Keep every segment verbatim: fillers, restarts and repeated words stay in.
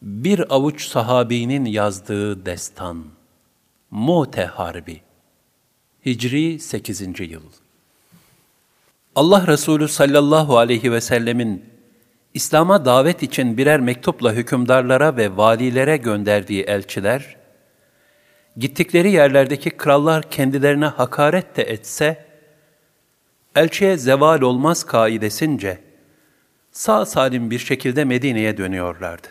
Bir avuç sahabinin yazdığı destan. Mu'te Harbi. Hicri sekizinci yıl. Allah Resulü sallallahu aleyhi ve sellemin İslam'a davet için birer mektupla hükümdarlara ve valilere gönderdiği elçiler, gittikleri yerlerdeki krallar kendilerine hakaret de etse, elçiye zeval olmaz kaidesince, sağ salim bir şekilde Medine'ye dönüyorlardı.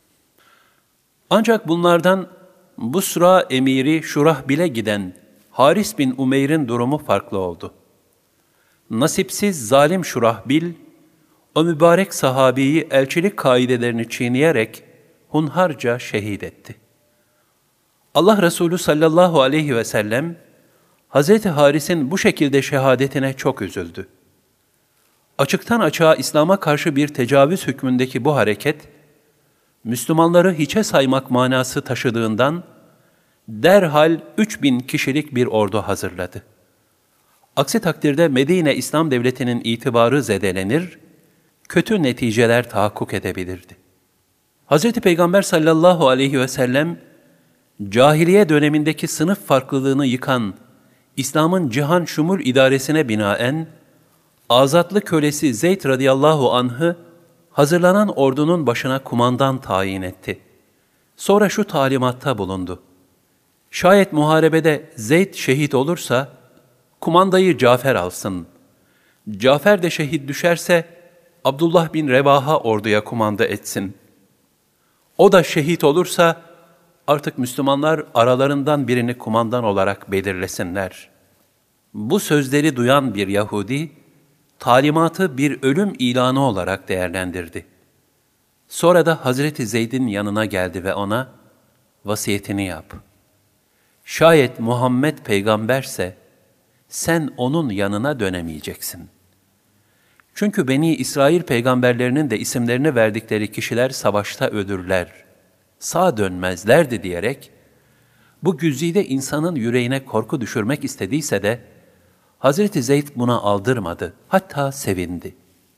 Ancak bunlardan Busra emiri Şurahbil'e giden Haris bin Umeyr'in durumu farklı oldu. Nasipsiz zalim Şurahbil, o mübarek sahabiyi elçilik kaidelerini çiğneyerek hunharca şehit etti. Allah Resulü sallallahu aleyhi ve sellem, Hazreti Haris'in bu şekilde şehadetine çok üzüldü. Açıktan açığa İslam'a karşı bir tecavüz hükmündeki bu hareket, Müslümanları hiçe saymak manası taşıdığından, derhal üç bin kişilik bir ordu hazırladı. Aksi takdirde Medine İslam Devleti'nin itibarı zedelenir, kötü neticeler tahakkuk edebilirdi. Hz. Peygamber sallallahu aleyhi ve sellem, cahiliye dönemindeki sınıf farklılığını yıkan İslam'ın cihan şumul idaresine binaen, azatlı kölesi Zeyd radıyallahu anh'ı hazırlanan ordunun başına kumandan tayin etti. Sonra şu talimatta bulundu. Şayet muharebede Zeyd şehit olursa, kumandayı Cafer alsın. Cafer de şehit düşerse, Abdullah bin Revaha orduya kumanda etsin. O da şehit olursa, artık Müslümanlar aralarından birini kumandan olarak belirlesinler. Bu sözleri duyan bir Yahudi, talimatı bir ölüm ilanı olarak değerlendirdi. Sonra da Hazreti Zeyd'in yanına geldi ve ona, vasiyetini yap. Şayet Muhammed peygamberse, sen onun yanına dönemeyeceksin. Çünkü Beni İsrail peygamberlerinin de isimlerini verdikleri kişiler savaşta ölürler, sağ dönmezlerdi diyerek, bu güzide insanın yüreğine korku düşürmek istediyse de, Hazreti Zeyd buna aldırmadı, hatta sevindi.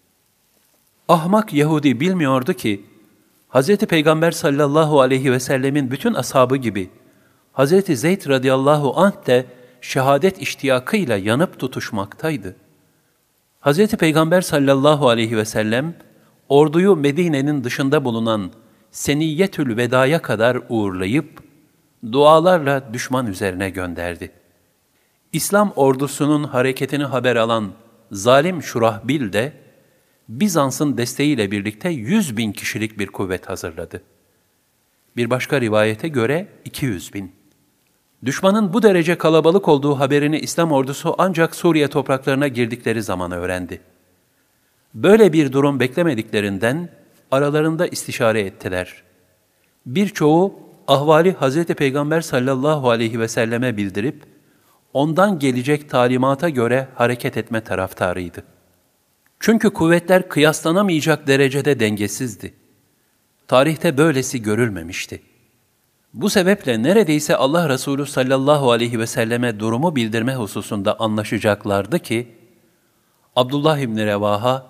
Ahmak Yahudi bilmiyordu ki, Hazreti Peygamber sallallahu aleyhi ve sellemin bütün ashabı gibi, Hazreti Zeyd radıyallahu anh de şehadet iştiyakıyla yanıp tutuşmaktaydı. Hazreti Peygamber sallallahu aleyhi ve sellem, orduyu Medine'nin dışında bulunan Seniyyetül Veda'ya kadar uğurlayıp, dualarla düşman üzerine gönderdi. İslam ordusunun hareketini haber alan zalim Şurahbil de, Bizans'ın desteğiyle birlikte yüz bin kişilik bir kuvvet hazırladı. Bir başka rivayete göre iki yüz bin. Düşmanın bu derece kalabalık olduğu haberini İslam ordusu ancak Suriye topraklarına girdikleri zaman öğrendi. Böyle bir durum beklemediklerinden aralarında istişare ettiler. Birçoğu ahvali Hazreti Peygamber sallallahu aleyhi ve selleme bildirip, ondan gelecek talimata göre hareket etme taraftarıydı. Çünkü kuvvetler kıyaslanamayacak derecede dengesizdi. Tarihte böylesi görülmemişti. Bu sebeple neredeyse Allah Resulü sallallahu aleyhi ve selleme durumu bildirme hususunda anlaşacaklardı ki, Abdullah İbni Revaha,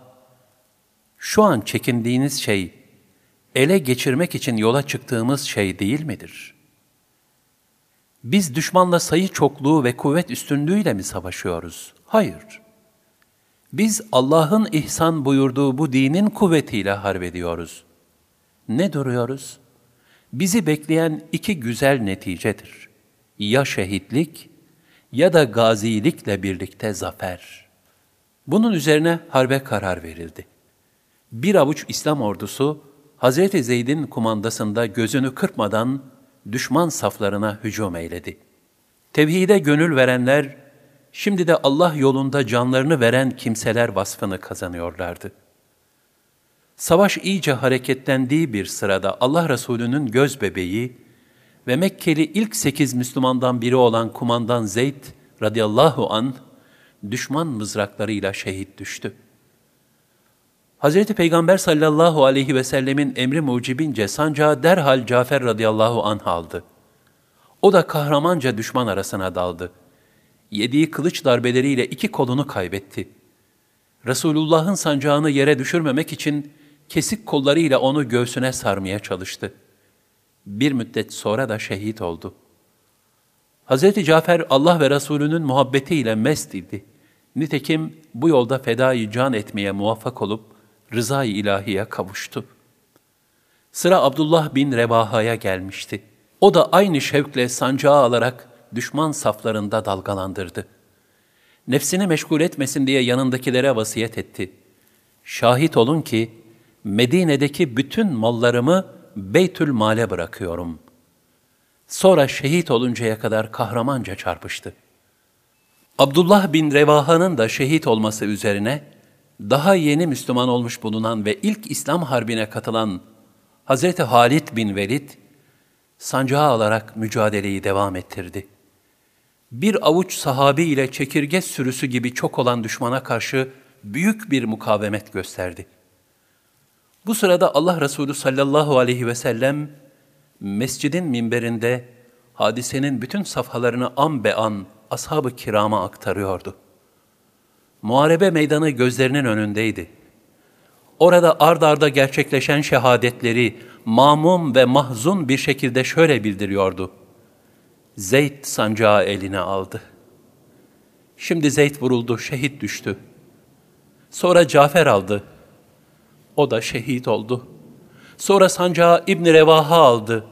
şu an çekindiğiniz şey, ele geçirmek için yola çıktığımız şey değil midir? Biz düşmanla sayı çokluğu ve kuvvet üstünlüğüyle mi savaşıyoruz? Hayır. Biz Allah'ın ihsan buyurduğu bu dinin kuvvetiyle harbediyoruz. Ne duruyoruz? Bizi bekleyen iki güzel neticedir. Ya şehitlik ya da gazilikle birlikte zafer. Bunun üzerine harbe karar verildi. Bir avuç İslam ordusu, Hazreti Zeyd'in kumandasında gözünü kırpmadan düşman saflarına hücum eyledi. Tevhide gönül verenler, şimdi de Allah yolunda canlarını veren kimseler vasfını kazanıyorlardı. Savaş iyice hareketlendiği bir sırada Allah Resulü'nün göz bebeği ve Mekkeli ilk sekiz Müslümandan biri olan kumandan Zeyd radıyallahu anh, düşman mızraklarıyla şehit düştü. Hazreti Peygamber sallallahu aleyhi ve sellemin emri mucibince sancağı derhal Cafer radıyallahu anh aldı. O da kahramanca düşman arasına daldı. Yediği kılıç darbeleriyle iki kolunu kaybetti. Resulullah'ın sancağını yere düşürmemek için kesik kollarıyla onu göğsüne sarmaya çalıştı. Bir müddet sonra da şehit oldu. Hazreti Cafer Allah ve Resulünün muhabbetiyle mest idi. Nitekim bu yolda fedai can etmeye muvaffak olup rıza-i ilahiye kavuştu. Sıra Abdullah bin Revaha'ya gelmişti. O da aynı şevkle sancağı alarak düşman saflarında dalgalandırdı. Nefsini meşgul etmesin diye yanındakilere vasiyet etti. Şahit olun ki Medine'deki bütün mallarımı Beytül Mal'e bırakıyorum. Sonra şehit oluncaya kadar kahramanca çarpıştı. Abdullah bin Revaha'nın da şehit olması üzerine daha yeni Müslüman olmuş bulunan ve ilk İslam Harbi'ne katılan Hazreti Halid bin Velid, sancağı alarak mücadeleyi devam ettirdi. Bir avuç sahabi ile çekirge sürüsü gibi çok olan düşmana karşı büyük bir mukavemet gösterdi. Bu sırada Allah Resulü sallallahu aleyhi ve sellem, mescidin minberinde hadisenin bütün safhalarını an be an ashab-ı kirama aktarıyordu. Muharebe meydanı gözlerinin önündeydi. Orada ard arda gerçekleşen şehadetleri mamum ve mahzun bir şekilde şöyle bildiriyordu. Zeyd sancağı eline aldı. Şimdi Zeyd vuruldu, şehit düştü. Sonra Cafer aldı. O da şehit oldu. Sonra sancağı İbn Revaha aldı.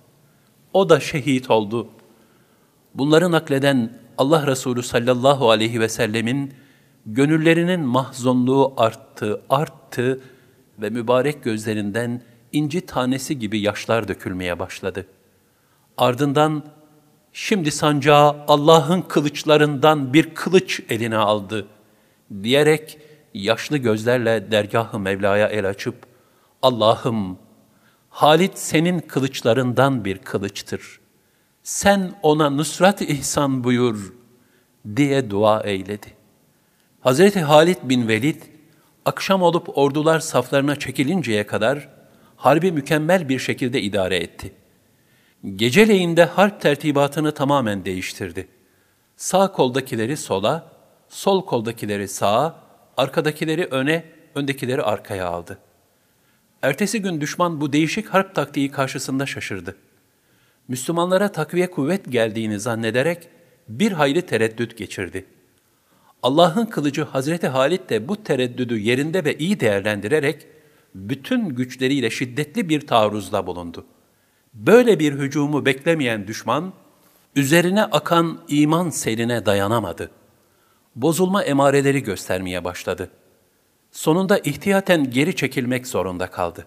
O da şehit oldu. Bunları nakleden Allah Resulü sallallahu aleyhi ve sellemin gönüllerinin mahzunluğu arttı, arttı ve mübarek gözlerinden inci tanesi gibi yaşlar dökülmeye başladı. Ardından şimdi sancağı Allah'ın kılıçlarından bir kılıç eline aldı diyerek yaşlı gözlerle dergâh-ı Mevla'ya el açıp Allah'ım, Halid senin kılıçlarından bir kılıçtır. Sen ona nusrat ihsan buyur diye dua eyledi. Hazreti Halid bin Velid, akşam olup ordular saflarına çekilinceye kadar harbi mükemmel bir şekilde idare etti. Geceleyinde harp tertibatını tamamen değiştirdi. Sağ koldakileri sola, sol koldakileri sağa, arkadakileri öne, öndekileri arkaya aldı. Ertesi gün düşman bu değişik harp taktiği karşısında şaşırdı. Müslümanlara takviye kuvvet geldiğini zannederek bir hayli tereddüt geçirdi. Allah'ın kılıcı Hazreti Halid de bu tereddüdü yerinde ve iyi değerlendirerek bütün güçleriyle şiddetli bir taarruzda bulundu. Böyle bir hücumu beklemeyen düşman, üzerine akan iman seline dayanamadı. Bozulma emareleri göstermeye başladı. Sonunda ihtiyaten geri çekilmek zorunda kaldı.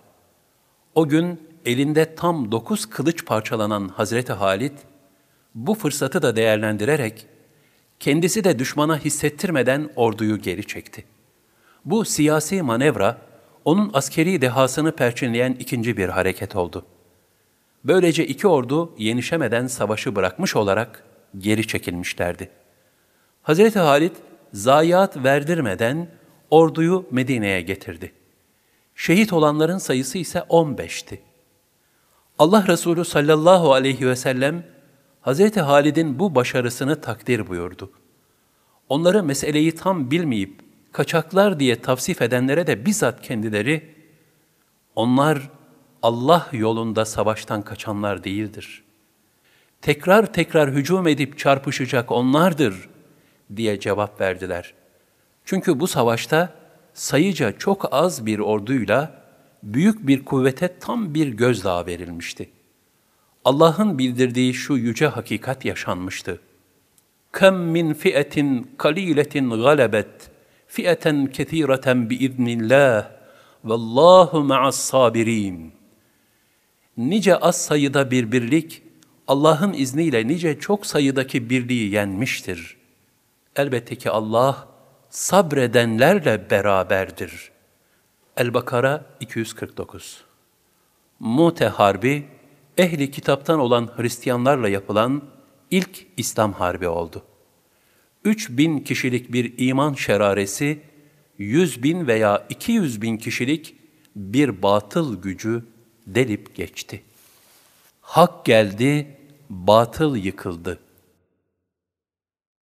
O gün elinde tam dokuz kılıç parçalanan Hazreti Halid, bu fırsatı da değerlendirerek, kendisi de düşmana hissettirmeden orduyu geri çekti. Bu siyasi manevra, onun askeri dehasını perçinleyen ikinci bir hareket oldu. Böylece iki ordu yenişemeden savaşı bırakmış olarak geri çekilmişlerdi. Hazreti Halid, zayiat verdirmeden orduyu Medine'ye getirdi. Şehit olanların sayısı ise on beşti. Allah Resulü sallallahu aleyhi ve sellem, Hazreti Halid'in bu başarısını takdir buyurdu. Onları meseleyi tam bilmeyip kaçaklar diye tavsif edenlere de bizzat kendileri, onlar Allah yolunda savaştan kaçanlar değildir. Tekrar tekrar hücum edip çarpışacak onlardır diye cevap verdiler. Çünkü bu savaşta sayıca çok az bir orduyla büyük bir kuvvete tam bir gözdağı verilmişti. Allah'ın bildirdiği şu yüce hakikat yaşanmıştı. كَمْ مِنْ فِئَةٍ قَلِيلَةٍ غَلَبَتْ فِئَةً كَثِيرَةً بِإِذْنِ اللّٰهِ وَاللّٰهُ مَعَ الصَّابِرِينَ. Nice az sayıda bir birlik, Allah'ın izniyle nice çok sayıdaki birliği yenmiştir. Elbette ki Allah, sabredenlerle beraberdir. El-Bakara iki yüz kırk dokuz. Mute Harbi, ehli kitaptan olan Hristiyanlarla yapılan ilk İslam Harbi oldu. Üç bin kişilik bir iman şeraresi, yüz bin veya iki yüz bin kişilik bir batıl gücü delip geçti. Hak geldi, batıl yıkıldı.